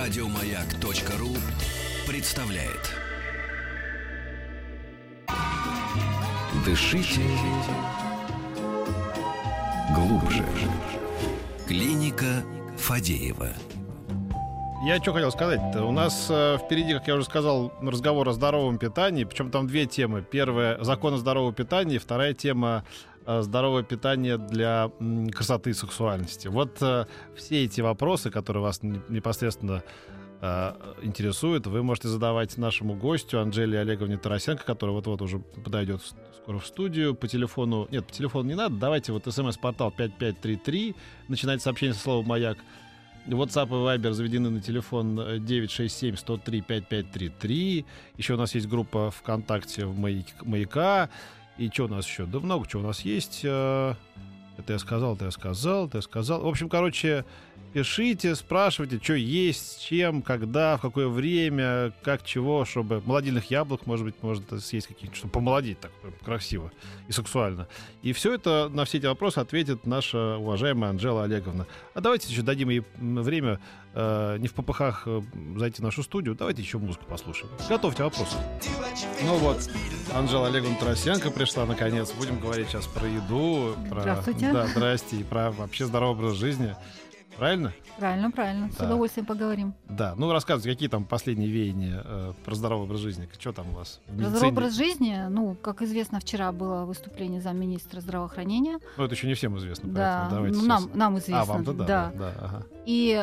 Радиомаяк.ру представляет. Дышите глубже. Клиника Фадеева. Я что хотел сказать-то? У нас впереди, как я уже сказал, разговор о здоровом питании. Причем там две темы. Первая — закон о здоровом питании. Вторая тема — здоровое питание для красоты и сексуальности. Вот все эти вопросы, которые вас непосредственно интересуют, вы можете задавать нашему гостю Анжеле Олеговне Тарасенко, которая вот-вот уже подойдет скоро в студию. По телефону... Нет, по телефону не надо. Давайте вот смс-портал 5533. Начинайте сообщение со слова «Маяк». WhatsApp и Viber заведены на телефон 967-103-5533. Еще у нас есть группа ВКонтакте в «Маяка». И что у нас еще? Да много чего у нас есть. Это я сказал. В общем, короче, пишите, спрашивайте, что есть, с чем, когда, в какое время, как, чего, чтобы молодильных яблок, может быть, можно съесть какие-то, чтобы помолодеть так красиво и сексуально. И все это, на все эти вопросы ответит наша уважаемая Анжела Олеговна. А давайте еще дадим ей время не в попыхах зайти в нашу студию. Давайте еще музыку послушаем. Готовьте вопросы. Ну вот, Анжела Олеговна Тарасенко пришла наконец. Будем говорить сейчас про еду. Здравствуйте. Да, здрасте. И про вообще здоровый образ жизни. Правильно? Правильно. Да. С удовольствием поговорим. Да. Ну, рассказывайте, какие там последние веяния про здоровый образ жизни? Что там у вас в медицине? Здоровый образ жизни, как известно, вчера было выступление замминистра здравоохранения. Ну, это еще не всем известно. Да, давайте нам известно. Вам-то да. Ага. И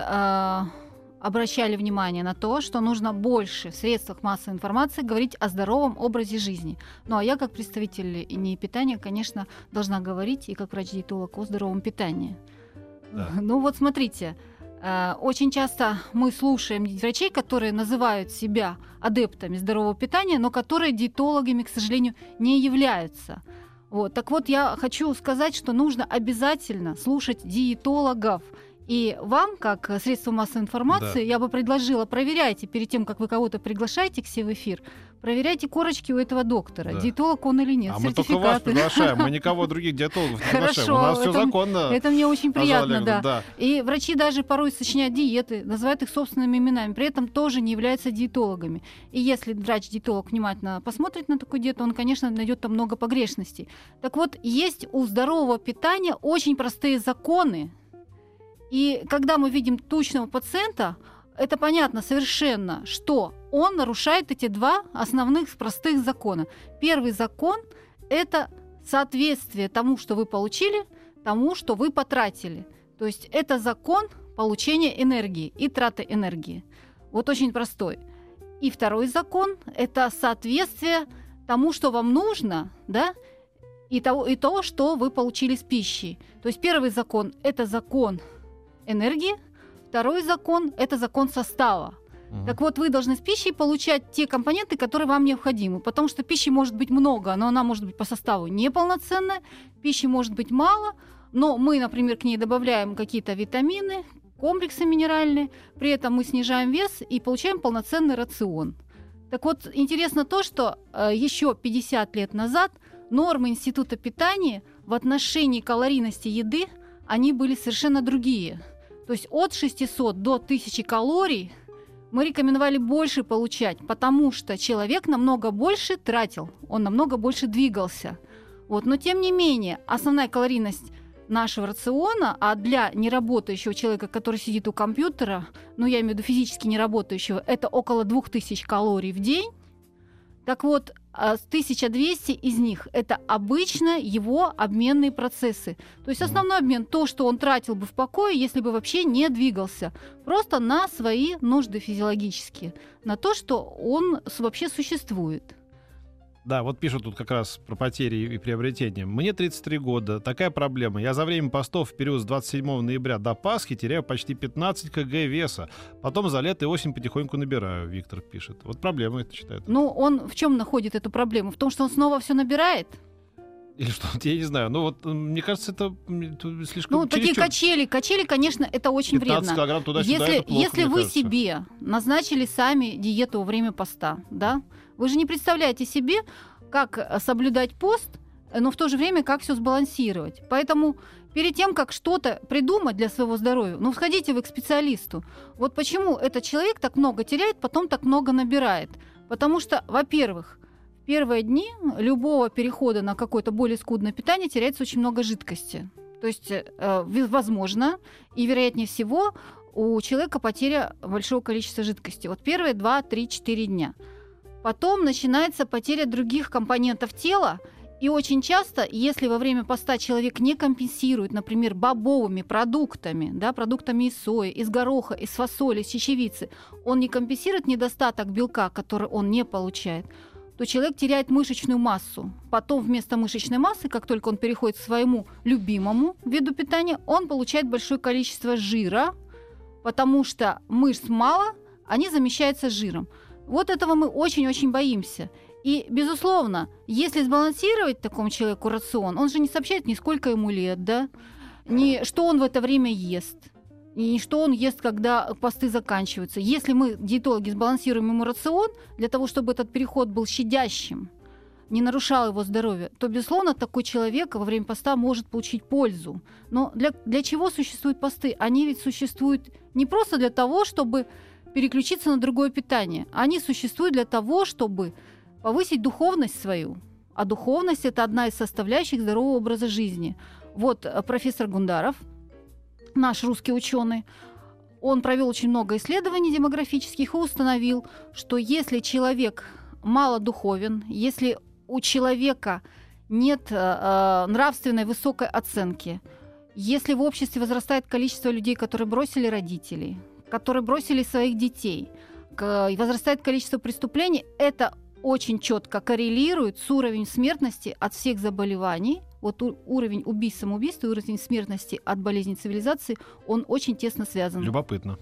обращали внимание на то, что нужно больше в средствах массовой информации говорить о здоровом образе жизни. Ну, а я, как представитель НИИ питания, конечно, должна говорить, и как врач-диетолог, о здоровом питании. Да. Ну, вот смотрите, очень часто мы слушаем врачей, которые называют себя адептами здорового питания, но которые диетологами, к сожалению, не являются. Вот. Так вот, я хочу сказать, что нужно обязательно слушать диетологов. И вам, как средство массовой информации, я бы предложила, проверяйте перед тем, как вы кого-то приглашаете к себе в эфир, проверяйте корочки у этого доктора, диетолог он или нет, а мы только вас приглашаем, мы никого других диетологов не приглашаем. У нас все законно. Это мне очень приятно, да. И врачи даже порой сочиняют диеты, называют их собственными именами, при этом тоже не являются диетологами. И если врач-диетолог внимательно посмотрит на такую диету, он, конечно, найдет там много погрешностей. Так вот, есть у здорового питания очень простые законы. И когда мы видим тучного пациента, это понятно совершенно, что он нарушает эти два основных простых закона. Первый закон – это соответствие тому, что вы получили, тому, что вы потратили. То есть это закон получения энергии и траты энергии. Вот очень простой. И второй закон – это соответствие тому, что вам нужно, да, и то, что вы получили с пищей. То есть первый закон – это закон энергии, второй закон – это закон состава. Так вот, вы должны с пищей получать те компоненты, которые вам необходимы, потому что пищи может быть много, но она может быть по составу неполноценная, пищи может быть мало, но мы, например, к ней добавляем какие-то витамины, комплексы минеральные, при этом мы снижаем вес и получаем полноценный рацион. Так вот, интересно то, что еще 50 лет назад нормы Института питания в отношении калорийности еды, они были совершенно другие. То есть от 600 до 1000 калорий мы рекомендовали больше получать, потому что человек намного больше тратил, он намного больше двигался. Вот. Но тем не менее, основная калорийность нашего рациона, а для неработающего человека, который сидит у компьютера, я имею в виду физически неработающего, это около 2000 калорий в день. Так вот, 1200 из них – это обычно его обменные процессы. То есть основной обмен – то, что он тратил бы в покое, если бы вообще не двигался. Просто на свои нужды физиологические, на то, что он вообще существует. Да, вот пишут тут как раз про потери и приобретения. Мне 33 года. Такая проблема. Я за время постов в период с 27 ноября до Пасхи теряю почти 15 кг веса. Потом за лето и осень потихоньку набираю, Виктор пишет. Вот проблема это считает. Он в чем находит эту проблему? В том, что он снова все набирает? Или что? Я не знаю. Мне кажется, это слишком... такие качели, конечно, это очень 15 вредно. Килограмм туда-сюда, это плохо, если вы кажется. себе назначили сами диету во время поста, да, вы же не представляете себе, как соблюдать пост, но в то же время как все сбалансировать. Поэтому перед тем, как что-то придумать для своего здоровья, сходите вы к специалисту. Вот почему этот человек так много теряет, потом так много набирает. Потому что, во-первых, в первые дни любого перехода на какое-то более скудное питание теряется очень много жидкости. То есть, возможно, и вероятнее всего, у человека потеря большого количества жидкости. Вот первые 2, 3, 4 дня. Потом начинается потеря других компонентов тела. И очень часто, если во время поста человек не компенсирует, например, бобовыми продуктами, продуктами из сои, из гороха, из фасоли, из чечевицы, он не компенсирует недостаток белка, который он не получает, то человек теряет мышечную массу. Потом вместо мышечной массы, как только он переходит к своему любимому виду питания, он получает большое количество жира, потому что мышц мало, они замещаются жиром. Вот этого мы очень-очень боимся. И, безусловно, если сбалансировать такому человеку рацион, он же не сообщает ни сколько ему лет, ни что он в это время ест, ни что он ест, когда посты заканчиваются. Если мы, диетологи, сбалансируем ему рацион для того, чтобы этот переход был щадящим, не нарушал его здоровье, то, безусловно, такой человек во время поста может получить пользу. Но для чего существуют посты? Они ведь существуют не просто для того, чтобы переключиться на другое питание. Они существуют для того, чтобы повысить духовность свою. А духовность – это одна из составляющих здорового образа жизни. Вот профессор Гундаров, наш русский ученый, он провел очень много исследований демографических и установил, что если человек малодуховен, если у человека нет нравственной высокой оценки, если в обществе возрастает количество людей, которые бросили родителей, которые бросили своих детей, возрастает количество преступлений, это очень четко коррелирует с уровнем смертности от всех заболеваний. Вот уровень убийств, самоубийств и уровень смертности от болезней цивилизации, он очень тесно связан. Любопытно.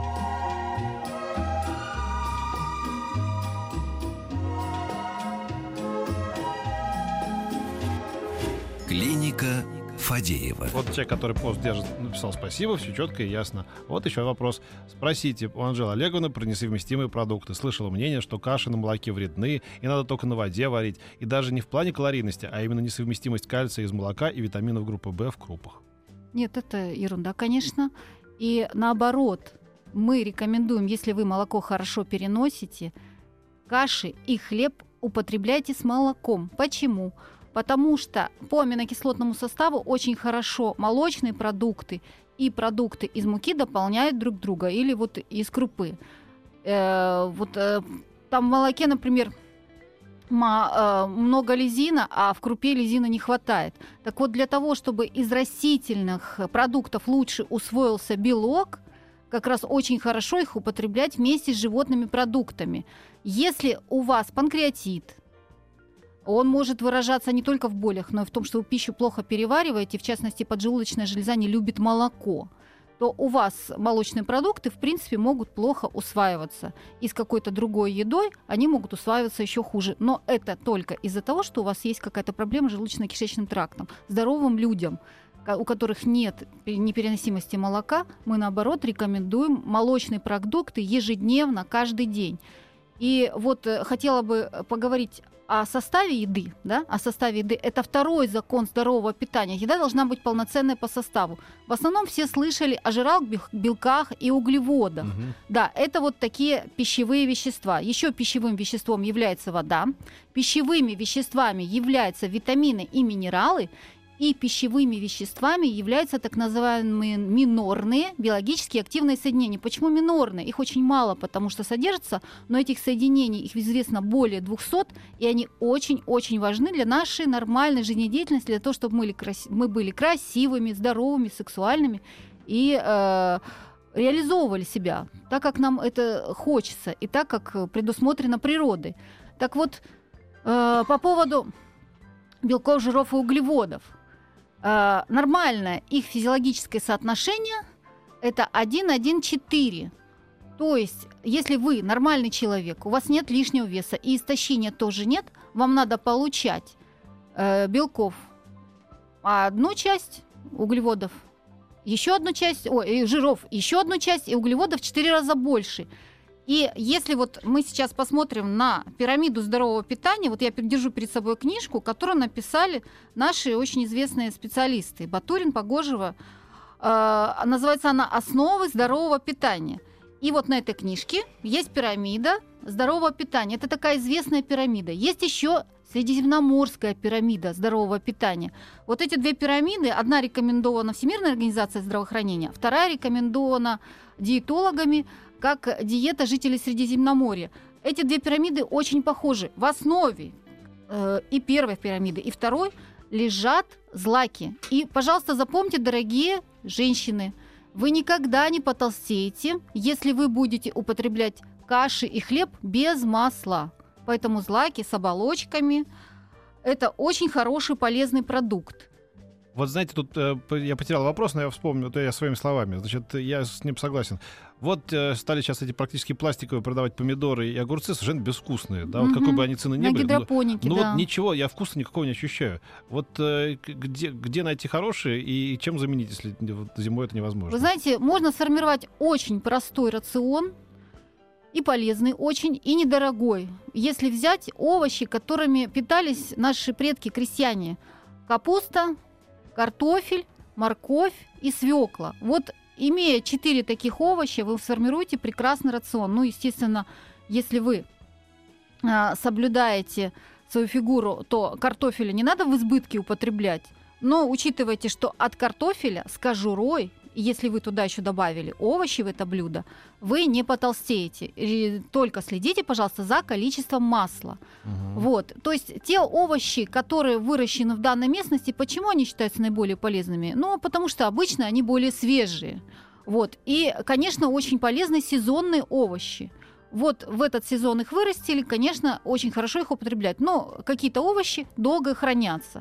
Клиника Фадеева. Вот человек, который пост держит, написал спасибо, все четко и ясно. Вот еще вопрос. Спросите у Анжелы Олеговны про несовместимые продукты. Слышала мнение, что каши на молоке вредны, и надо только на воде варить. И даже не в плане калорийности, а именно несовместимость кальция из молока и витаминов группы В в крупах. Нет, это ерунда, конечно. И наоборот, мы рекомендуем, если вы молоко хорошо переносите, каши и хлеб употребляйте с молоком. Почему? Потому что по аминокислотному составу очень хорошо молочные продукты и продукты из муки дополняют друг друга, или вот из крупы. Там в молоке, например, много лизина, а в крупе лизина не хватает. Так вот, для того, чтобы из растительных продуктов лучше усвоился белок, как раз очень хорошо их употреблять вместе с животными продуктами. Если у вас панкреатит, он может выражаться не только в болях, но и в том, что вы пищу плохо перевариваете, в частности, поджелудочная железа не любит молоко, то у вас молочные продукты, в принципе, могут плохо усваиваться. И с какой-то другой едой они могут усваиваться еще хуже. Но это только из-за того, что у вас есть какая-то проблема с желудочно-кишечным трактом. Здоровым людям, у которых нет непереносимости молока, мы, наоборот, рекомендуем молочные продукты ежедневно, каждый день. И вот хотела бы поговорить о составе еды, о составе еды. Это второй закон здорового питания. Еда должна быть полноценной по составу. В основном все слышали о жирах, белках и углеводах. Угу. Да, это вот такие пищевые вещества. Еще пищевым веществом является вода. Пищевыми веществами являются витамины и минералы. И пищевыми веществами являются так называемые минорные биологически активные соединения. Почему минорные? Их очень мало, потому что содержатся, но этих соединений, их известно более 200, и они очень-очень важны для нашей нормальной жизнедеятельности, для того, чтобы мы были красивыми, здоровыми, сексуальными и реализовывали себя так, как нам это хочется, и так, как предусмотрено природой. Так вот, по поводу белков, жиров и углеводов. Нормальное их физиологическое соотношение – это 1:4. То есть, если вы нормальный человек, у вас нет лишнего веса и истощения тоже нет, вам надо получать белков одну часть, углеводов еще одну часть, жиров еще одну часть и углеводов в 4 раза больше. И если вот мы сейчас посмотрим на пирамиду здорового питания, вот я держу перед собой книжку, которую написали наши очень известные специалисты Батурин, Погожева. Называется она «Основы здорового питания». И вот на этой книжке есть пирамида здорового питания. Это такая известная пирамида. Есть еще Средиземноморская пирамида здорового питания. Вот эти две пирамиды, одна рекомендована Всемирной организацией здравоохранения, вторая рекомендована диетологами как диета жителей Средиземноморья. Эти две пирамиды очень похожи. В основе и первой пирамиды, и второй лежат злаки. И, пожалуйста, запомните, дорогие женщины, вы никогда не потолстеете, если вы будете употреблять каши и хлеб без масла. Поэтому злаки с оболочками – это очень хороший полезный продукт. Вот знаете, тут я потерял вопрос, но я вспомнил, то я своими словами. Значит, я с ним согласен. Вот стали сейчас эти практически пластиковые продавать помидоры и огурцы совершенно безвкусные. Да? Вот какой бы они цены ни были. На гидропонике, да. Вот ничего, я вкуса никакого не ощущаю. Вот где найти хорошие и чем заменить, если зимой это невозможно? Вы знаете, можно сформировать очень простой рацион, и полезный очень, и недорогой. Если взять овощи, которыми питались наши предки-крестьяне. Капуста, картофель, морковь и свекла. Вот имея 4 таких овоща, вы сформируете прекрасный рацион. Ну, естественно, если вы соблюдаете свою фигуру, то картофеля не надо в избытке употреблять. Но учитывайте, что от картофеля с кожурой, если вы туда еще добавили овощи в это блюдо, вы не потолстеете. И только следите, пожалуйста, за количеством масла. Вот. То есть те овощи, которые выращены в данной местности, почему они считаются наиболее полезными? Ну, потому что обычно они более свежие. Вот. И, конечно, очень полезны сезонные овощи. Вот в этот сезон их вырастили, конечно, очень хорошо их употреблять. Но какие-то овощи долго хранятся.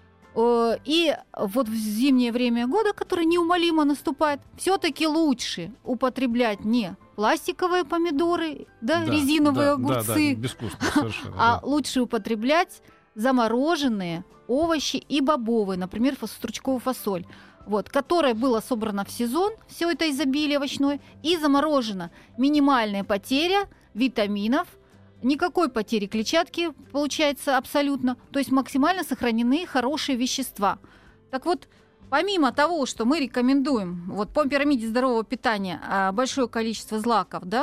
И вот в зимнее время года, которое неумолимо наступает, все-таки лучше употреблять не пластиковые помидоры, резиновые огурцы, а лучше употреблять замороженные овощи и бобовые, например, стручковую фасоль, вот, которая была собрана в сезон, все это изобилие овощное, и заморожена. Минимальная потеря витаминов, никакой потери клетчатки получается абсолютно, то есть максимально сохранены хорошие вещества. Так вот, помимо того, что мы рекомендуем вот по пирамиде здорового питания большое количество злаков, да,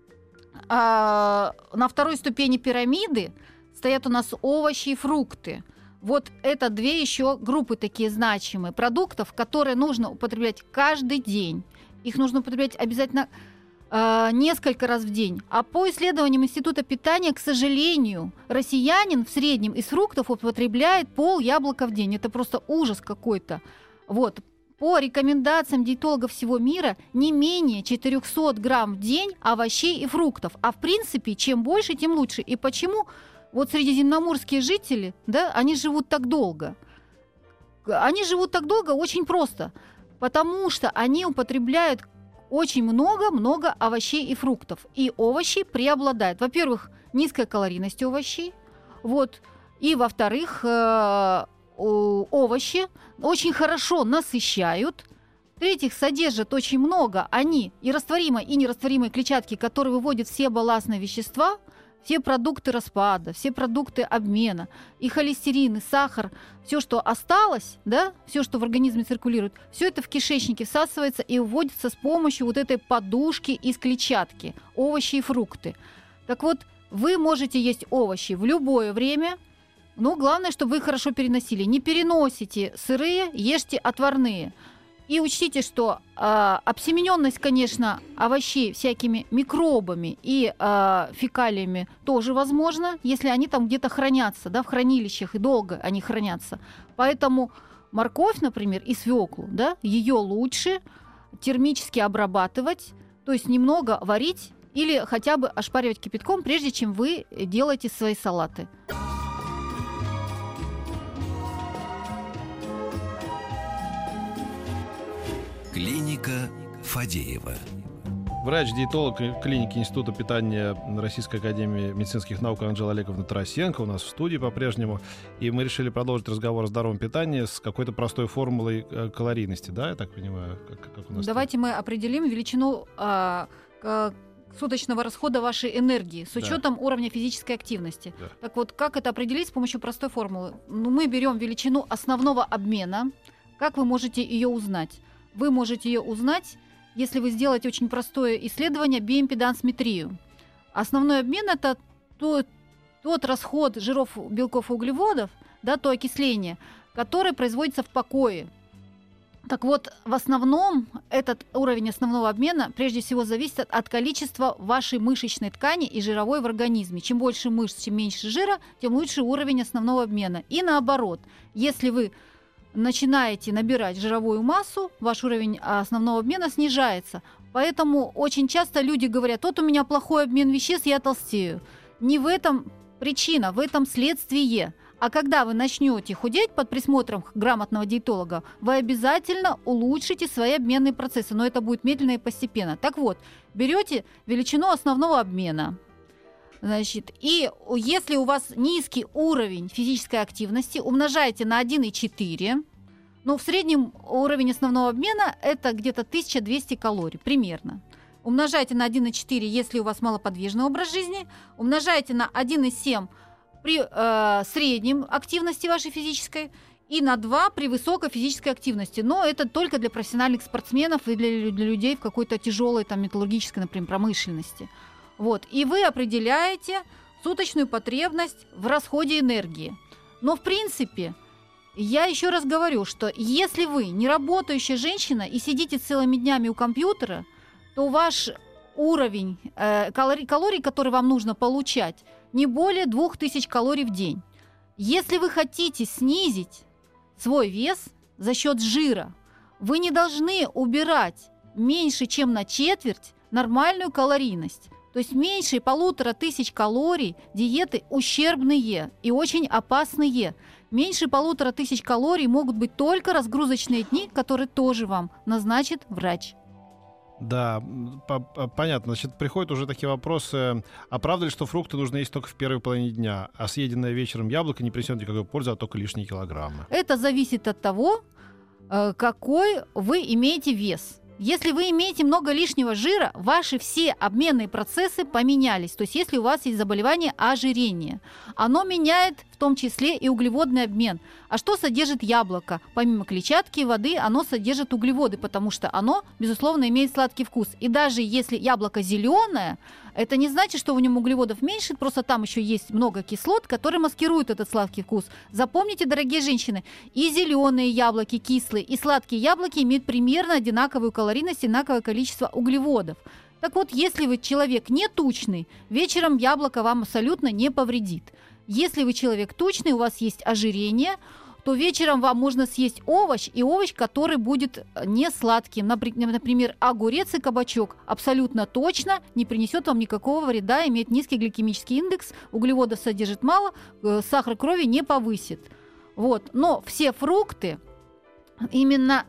на второй ступени пирамиды стоят у нас овощи и фрукты. Вот это две еще группы такие значимые продуктов, которые нужно употреблять каждый день. Их нужно употреблять обязательно несколько раз в день. А по исследованиям Института питания, к сожалению, россиянин в среднем из фруктов употребляет пол яблока в день. Это просто ужас какой-то. Вот. По рекомендациям диетологов всего мира не менее 400 грамм в день овощей и фруктов. А в принципе, чем больше, тем лучше. И почему вот средиземноморские жители, да, они живут так долго? Они живут так долго очень просто. Потому что они употребляют очень много овощей и фруктов. И овощи преобладают. Во-первых, низкая калорийность овощей. Вот. И, во-вторых, овощи очень хорошо насыщают. В-третьих, содержат очень много они и растворимой, и нерастворимой клетчатки, которые выводят все балластные вещества, все продукты распада, все продукты обмена, и холестерин, и сахар, все, что осталось, да, все, что в организме циркулирует, все это в кишечнике всасывается и выводится с помощью вот этой подушки из клетчатки, овощи и фрукты. Так вот, вы можете есть овощи в любое время, но главное, чтобы вы их хорошо переносили. Не переносите сырые, ешьте отварные. И учтите, что обсемененность, конечно, овощей всякими микробами и фекалиями тоже возможна, если они там где-то хранятся, да, в хранилищах, и долго они хранятся. Поэтому морковь, например, и свеклу, да, ее лучше термически обрабатывать, то есть немного варить или хотя бы ошпаривать кипятком, прежде чем вы делаете свои салаты. Клиника Фадеева. Врач-диетолог клиники Института питания Российской академии медицинских наук Анжела Олеговна Тарасенко у нас в студии по-прежнему. И мы решили продолжить разговор о здоровом питании с какой-то простой формулой калорийности, да, я так понимаю? Как у нас Давайте мы определим величину суточного расхода вашей энергии с учетом уровня физической активности. Да. Так вот, как это определить с помощью простой формулы? Мы берем величину основного обмена. Как вы можете ее узнать? Вы можете ее узнать, если вы сделаете очень простое исследование биоимпедансметрию. Основной обмен – это тот расход жиров, белков и углеводов, да, то окисление, которое производится в покое. Так вот, в основном этот уровень основного обмена прежде всего зависит от количества вашей мышечной ткани и жировой в организме. Чем больше мышц, чем меньше жира, тем лучше уровень основного обмена. И наоборот, если вы начинаете набирать жировую массу, ваш уровень основного обмена снижается. Поэтому очень часто люди говорят: вот у меня плохой обмен веществ, я толстею. Не в этом причина, в этом следствие. А когда вы начнете худеть под присмотром грамотного диетолога, вы обязательно улучшите свои обменные процессы, но это будет медленно и постепенно. Так вот, берете величину основного обмена, значит, и если у вас низкий уровень физической активности, умножаете на 1,4. В среднем уровень основного обмена это где-то 1200 калорий примерно. Умножайте на 1,4, если у вас малоподвижный образ жизни, умножайте на 1,7 при среднем активности вашей физической и на 2 при высокой физической активности. Но это только для профессиональных спортсменов и для людей в какой-то тяжелой металлургической, например, промышленности. Вот. И вы определяете суточную потребность в расходе энергии. Но в принципе, я еще раз говорю, что если вы не работающая женщина и сидите целыми днями у компьютера, то ваш уровень калорий, который вам нужно получать, не более 2000 калорий в день. Если вы хотите снизить свой вес за счет жира, вы не должны убирать меньше, чем на четверть нормальную калорийность. То есть меньше 1500 калорий диеты ущербные и очень опасные. Меньше 1500 калорий могут быть только разгрузочные дни, которые тоже вам назначит врач. Да, понятно. Значит, приходят уже такие вопросы. А правда ли, что фрукты нужно есть только в первой половине дня, а съеденное вечером яблоко не принесет никакой пользы, а только лишние килограммы? Это зависит от того, какой вы имеете вес. Если вы имеете много лишнего жира, ваши все обменные процессы поменялись. То есть если у вас есть заболевание ожирения, оно меняет в том числе и углеводный обмен. А что содержит яблоко? Помимо клетчатки и воды, оно содержит углеводы, потому что оно, безусловно, имеет сладкий вкус. И даже если яблоко зеленое, это не значит, что в нем углеводов меньше, просто там еще есть много кислот, которые маскируют этот сладкий вкус. Запомните, дорогие женщины, и зеленые яблоки кислые, и сладкие яблоки имеют примерно одинаковую калорийность, одинаковое количество углеводов. Так вот, если вы человек не тучный, вечером яблоко вам абсолютно не повредит. Если вы человек тучный, у вас есть ожирение, то вечером вам можно съесть овощ, и овощ, который будет не сладким. Например, огурец и кабачок абсолютно точно не принесет вам никакого вреда, имеет низкий гликемический индекс, углеводов содержит мало, сахар крови не повысит. Вот. Но все фрукты, именно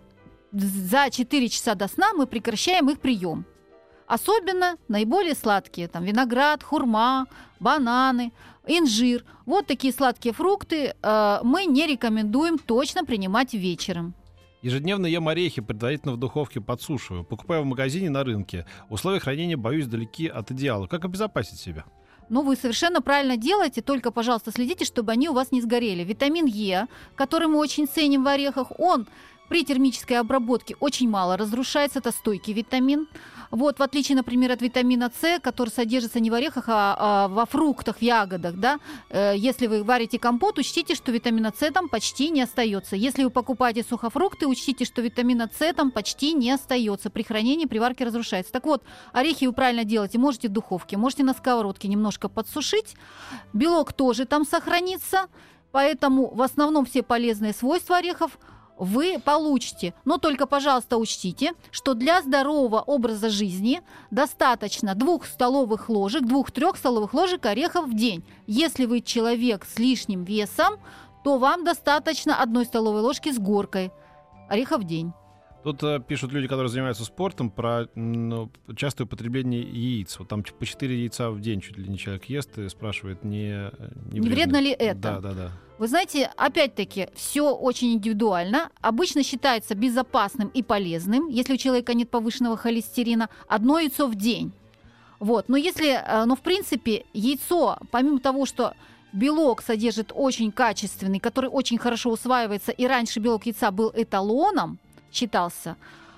за 4 часа до сна мы прекращаем их прием. Особенно наиболее сладкие, там виноград, хурма, бананы, инжир. Вот такие сладкие фрукты мы не рекомендуем точно принимать вечером. Ежедневно ем орехи, предварительно в духовке подсушиваю. Покупаю в магазине, на рынке. Условия хранения, боюсь, далеки от идеала. Как обезопасить себя? Вы совершенно правильно делаете, только, пожалуйста, следите, чтобы они у вас не сгорели. Витамин Е, который мы очень ценим в орехах, он при термической обработке очень мало разрушается, это стойкий витамин. Вот, в отличие, например, от витамина С, который содержится не в орехах, а во фруктах, в ягодах, да. Если вы варите компот, учтите, что витамина С там почти не остается. Если вы покупаете сухофрукты, учтите, что витамина С там почти не остается. При хранении, при варке разрушается. Так вот, орехи вы правильно делаете. Можете в духовке, можете на сковородке немножко подсушить. Белок тоже там сохранится. Поэтому в основном все полезные свойства орехов вы получите. Но только, пожалуйста, учтите, что для здорового образа жизни достаточно 2 столовых ложек, 2-3 столовых ложек орехов в день. Если вы человек с лишним весом, то вам достаточно 1 столовой ложки с горкой орехов в день. Тут пишут люди, которые занимаются спортом, про частое употребление яиц. Вот там по 4 яйца в день чуть ли не человек ест и спрашивает, не вредно ли это? Да. Вы знаете, опять-таки, все очень индивидуально. Обычно считается безопасным и полезным, если у человека нет повышенного холестерина, 1 яйцо в день. Вот. Но в принципе, яйцо, помимо того, что белок содержит очень качественный, который очень хорошо усваивается, и раньше белок яйца был эталоном, считался,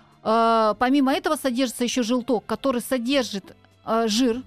помимо этого содержится еще желток, который содержит жир,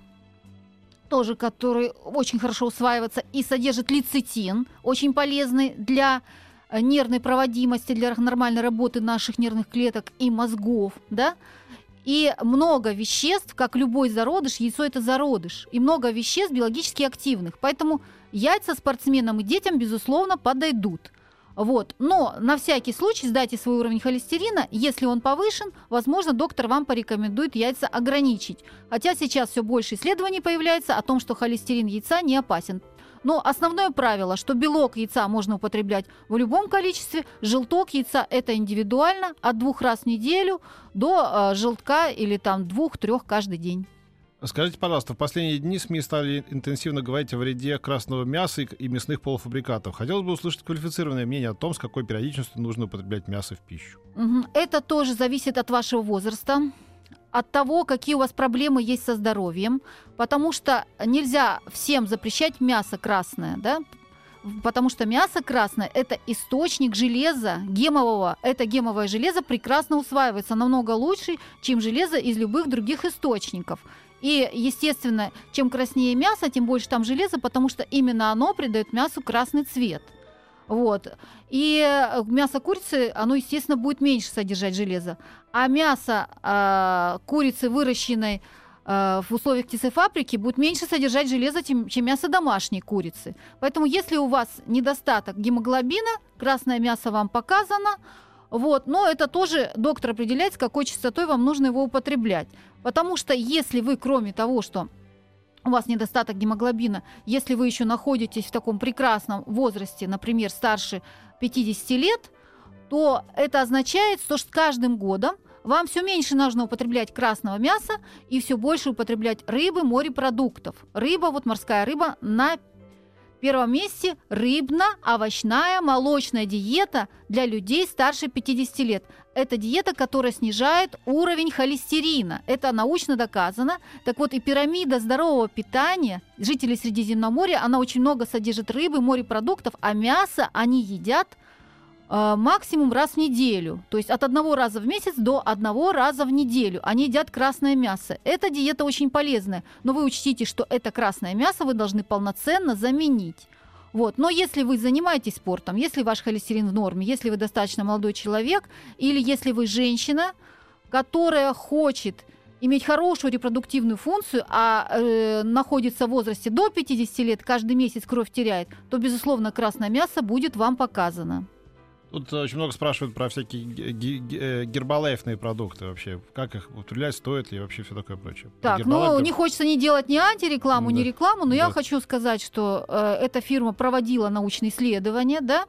тоже который очень хорошо усваивается, и содержит лецитин, очень полезный для нервной проводимости, для нормальной работы наших нервных клеток и мозгов, да? И много веществ, как любой зародыш, яйцо – это зародыш, и много веществ биологически активных. Поэтому яйца спортсменам и детям, безусловно, подойдут. Вот. Но на всякий случай сдайте свой уровень холестерина. Если он повышен, возможно, доктор вам порекомендует яйца ограничить. Хотя сейчас все больше исследований появляется о том, что холестерин яйца не опасен. Но основное правило, что белок яйца можно употреблять в любом количестве, желток яйца – это индивидуально, от 2 раз в неделю до желтка или там 2-3 каждый день. Скажите, пожалуйста, в последние дни СМИ стали интенсивно говорить о вреде красного мяса и мясных полуфабрикатов. Хотелось бы услышать квалифицированное мнение о том, с какой периодичностью нужно употреблять мясо в пищу. Это тоже зависит от вашего возраста, от того, какие у вас проблемы есть со здоровьем, потому что нельзя всем запрещать мясо красное, да? Потому что мясо красное – это источник железа гемового. Это гемовое железо прекрасно усваивается, намного лучше, чем железо из любых других источников. И, естественно, чем краснее мясо, тем больше там железа, потому что именно оно придает мясу красный цвет. Вот. И мясо курицы, оно, естественно, будет меньше содержать железа. А мясо курицы, выращенной в условиях птицефабрики, будет меньше содержать железа, чем мясо домашней курицы. Поэтому, если у вас недостаток гемоглобина, красное мясо вам показано, вот, но это тоже доктор определяет, с какой частотой вам нужно его употреблять. Потому что если вы, кроме того, что у вас недостаток гемоглобина, если вы еще находитесь в таком прекрасном возрасте, например, старше 50 лет, то это означает, что с каждым годом вам все меньше нужно употреблять красного мяса и все больше употреблять рыбы, морепродуктов. Рыба, вот морская рыба на первом месте, рыбно-овощная молочная диета для людей старше 50 лет. Это диета, которая снижает уровень холестерина. Это научно доказано. Так вот, и пирамида здорового питания жителей Средиземноморья, она очень много содержит рыбы, морепродуктов, а мясо они едят максимум раз в неделю. То есть от 1 раза в месяц до 1 раза в неделю они едят красное мясо. Эта диета очень полезная, но вы учтите, что это красное мясо вы должны полноценно заменить. Вот. Но если вы занимаетесь спортом, если ваш холестерин в норме, если вы достаточно молодой человек, или если вы женщина, которая хочет иметь хорошую репродуктивную функцию, а находится в возрасте до 50 лет, каждый месяц кровь теряет, то, безусловно, красное мясо будет вам показано. Тут очень много спрашивают про всякие гербалайфные продукты вообще. Как их употреблять, стоит ли и вообще все такое прочее. Так, не хочется не делать ни антирекламу, ни рекламу, но я хочу сказать, что эта фирма проводила научные исследования, да,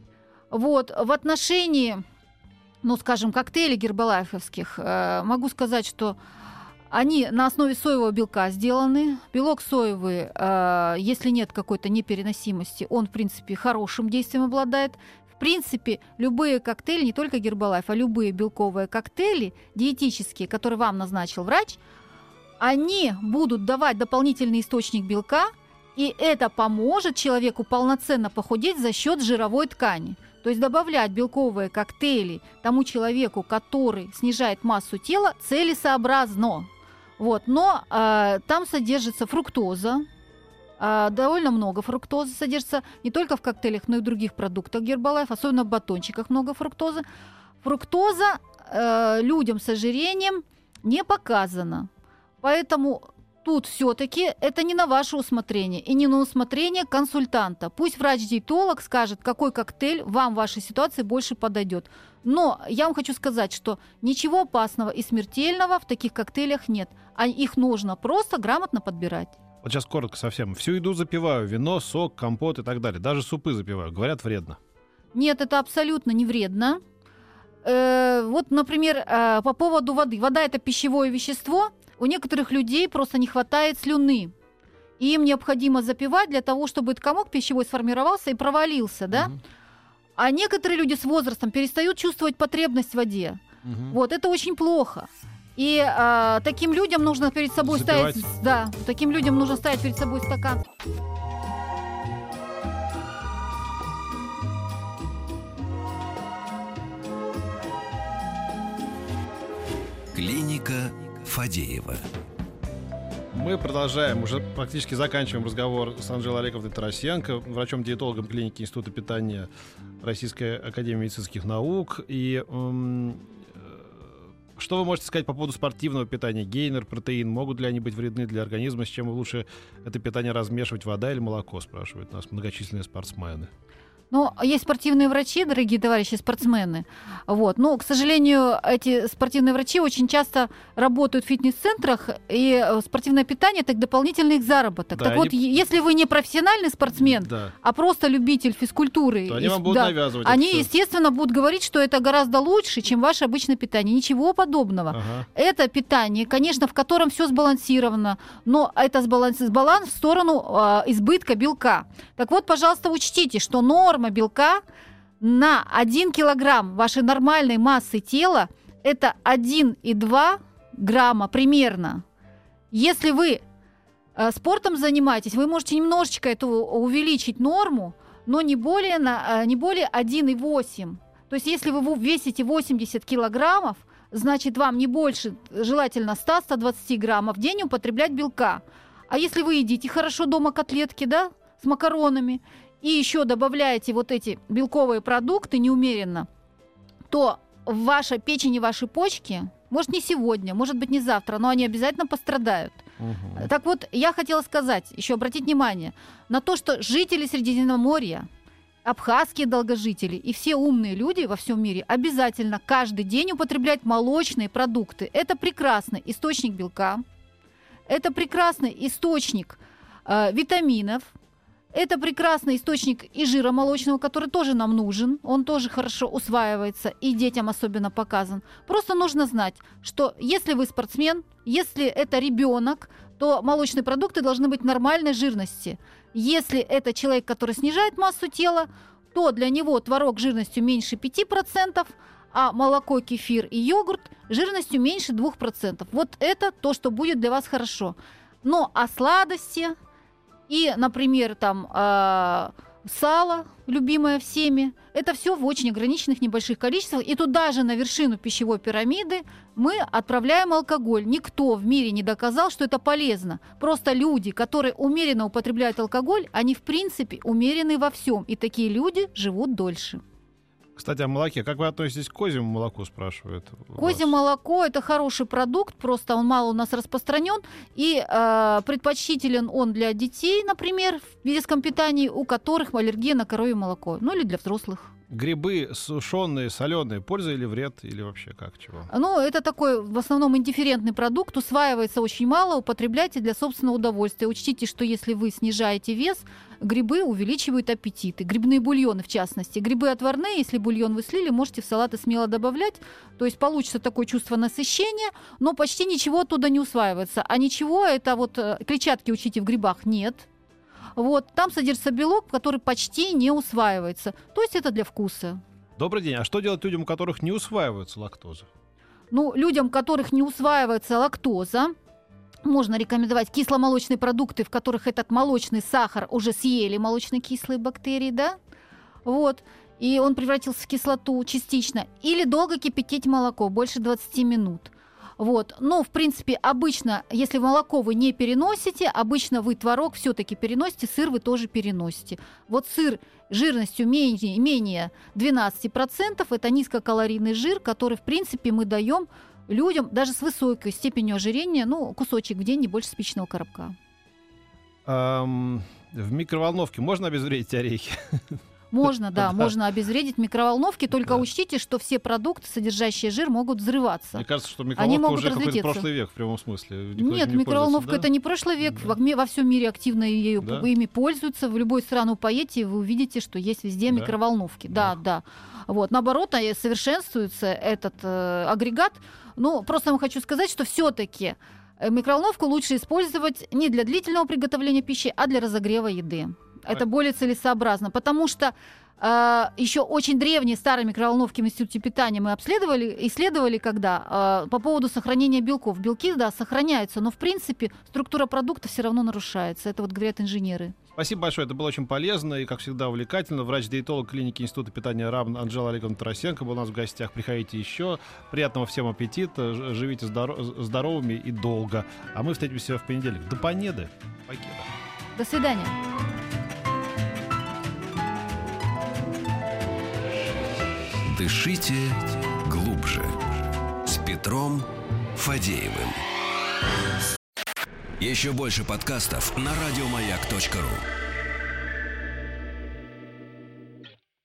вот, в отношении, скажем, коктейлей гербалайфовских, могу сказать, что они на основе соевого белка сделаны. Белок соевый, если нет какой-то непереносимости, он, в принципе, хорошим действием обладает. В принципе, любые коктейли, не только Гербалайф, а любые белковые коктейли диетические, которые вам назначил врач, они будут давать дополнительный источник белка, и это поможет человеку полноценно похудеть за счет жировой ткани. То есть добавлять белковые коктейли тому человеку, который снижает массу тела, целесообразно. Вот. Но там содержится фруктоза. Довольно много фруктозы содержится не только в коктейлях, но и в других продуктах Гербалайф, особенно в батончиках много фруктозы. Фруктоза людям с ожирением не показана. Поэтому тут все-таки это не на ваше усмотрение и не на усмотрение консультанта. Пусть врач-диетолог скажет, какой коктейль вам в вашей ситуации больше подойдет. Но я вам хочу сказать, что ничего опасного и смертельного в таких коктейлях нет. А их нужно просто грамотно подбирать. Вот сейчас коротко совсем. Всю еду запиваю. Вино, сок, компот и так далее. Даже супы запиваю. Говорят, вредно. Нет, это абсолютно не вредно. Вот, например, по поводу воды. Вода – это пищевое вещество. У некоторых людей просто не хватает слюны. И им необходимо запивать для того, чтобы этот комок пищевой сформировался и провалился, да? Угу. А некоторые люди с возрастом перестают чувствовать потребность в воде. Угу. Вот, это очень плохо. И таким людям нужно перед собой ставить... Да, таким людям нужно ставить перед собой стакан. Клиника Фадеева. Мы продолжаем, уже практически заканчиваем разговор с Анжелой Олеговной Тарасенко, врачом-диетологом клиники Института питания Российской академии медицинских наук. И что вы можете сказать по поводу спортивного питания? Гейнер, протеин, могут ли они быть вредны для организма? С чем лучше это питание размешивать, вода или молоко, спрашивают нас многочисленные спортсмены. Ну, есть спортивные врачи, дорогие товарищи, спортсмены. Вот. Но, к сожалению, эти спортивные врачи очень часто работают в фитнес-центрах, и спортивное питание – это дополнительный их заработок. Да, так вот, если вы не профессиональный спортсмен, а просто любитель физкультуры, то они вам будут навязывать. Они, естественно, будут говорить, что это гораздо лучше, чем ваше обычное питание. Ничего подобного. Ага. Это питание, конечно, в котором все сбалансировано, но это баланс в сторону избытка белка. Так вот, пожалуйста, учтите, что норма белка на 1 килограмм вашей нормальной массы тела это 1,2 грамма примерно. Если вы спортом занимаетесь, вы можете немножечко это увеличить норму, но не более 1,8. То есть если вы весите 80 килограммов, значит вам не больше, желательно 100-120 граммов в день употреблять белка. А если вы едите хорошо дома котлетки, да, с макаронами, и еще добавляете вот эти белковые продукты неумеренно, то в вашей печени, ваши почки, может, не сегодня, может быть, не завтра, но они обязательно пострадают. Угу. Так вот, я хотела сказать, еще обратить внимание на то, что жители Средиземноморья, абхазские долгожители и все умные люди во всем мире обязательно каждый день употреблять молочные продукты. Это прекрасный источник белка, это прекрасный источник витаминов, это прекрасный источник и жира молочного, который тоже нам нужен. Он тоже хорошо усваивается и детям особенно показан. Просто нужно знать, что если вы спортсмен, если это ребенок, то молочные продукты должны быть нормальной жирности. Если это человек, который снижает массу тела, то для него творог жирностью меньше 5%, а молоко, кефир и йогурт жирностью меньше 2%. Вот это то, что будет для вас хорошо. Но сладости... И, например, там сало, любимое всеми, это все в очень ограниченных небольших количествах. И туда же на вершину пищевой пирамиды мы отправляем алкоголь. Никто в мире не доказал, что это полезно. Просто люди, которые умеренно употребляют алкоголь, они в принципе умерены во всем. И такие люди живут дольше. Кстати, о молоке. Как вы относитесь к козьему молоку, спрашивают? Козье молоко – это хороший продукт, просто он мало у нас распространен. И предпочтителен он для детей, например, в детском питании, у которых аллергия на коровье молоко. Ну или для взрослых. Грибы сушеные, соленые, польза или вред, или вообще как, чего? Ну, это такой, в основном, индифферентный продукт, усваивается очень мало, употребляйте для собственного удовольствия. Учтите, что если вы снижаете вес, грибы увеличивают аппетиты. Грибные бульоны, в частности. Грибы отварные, если бульон вы слили, можете в салаты смело добавлять. То есть получится такое чувство насыщения, но почти ничего оттуда не усваивается. А ничего, это вот клетчатки, учите, в грибах нет. Вот, там содержится белок, который почти не усваивается. То есть это для вкуса. Добрый день. А что делать людям, у которых не усваивается лактоза? Ну, людям, у которых не усваивается лактоза, можно рекомендовать кисломолочные продукты, в которых этот молочный сахар уже съели молочно-кислые бактерии, да? Вот. И он превратился в кислоту частично. Или долго кипятить молоко, больше 20 минут. Вот. Но, в принципе, обычно, если молоко вы не переносите, обычно вы творог все-таки переносите, сыр вы тоже переносите. Вот сыр жирностью менее 12% это низкокалорийный жир, который, в принципе, мы даем людям даже с высокой степенью ожирения, ну, кусочек в день, не больше спичного коробка. В микроволновке можно обезвредить орехи? Можно, да, можно обезвредить в микроволновке, только учтите, что все продукты, содержащие жир, могут взрываться. Мне кажется, что микроволновка уже какой-то прошлый век в прямом смысле. Нет, микроволновка это не прошлый век, во всем мире активно ими пользуются. В любую страну поедете, вы увидите, что есть везде микроволновки. Да. Вот. Наоборот, совершенствуется этот агрегат. Ну, просто я вам хочу сказать, что все-таки микроволновку лучше использовать не для длительного приготовления пищи, а для разогрева еды. Это более целесообразно, потому что еще очень древние старые микроволновки в институте питания мы исследовали когда по поводу сохранения белков. Белки, да, сохраняются, но в принципе структура продукта все равно нарушается. Это вот говорят инженеры. Спасибо большое, это было очень полезно и, как всегда, увлекательно. Врач-диетолог клиники Института питания РАМ Анжела Олеговна Тарасенко была у нас в гостях. Приходите еще. Приятного всем аппетита. Живите здоровыми и долго. А мы встретимся в понедельник. До понеды. Покеда. До свидания. Дышите глубже. С Петром Фадеевым. Еще больше подкастов на радиомаяк.ру.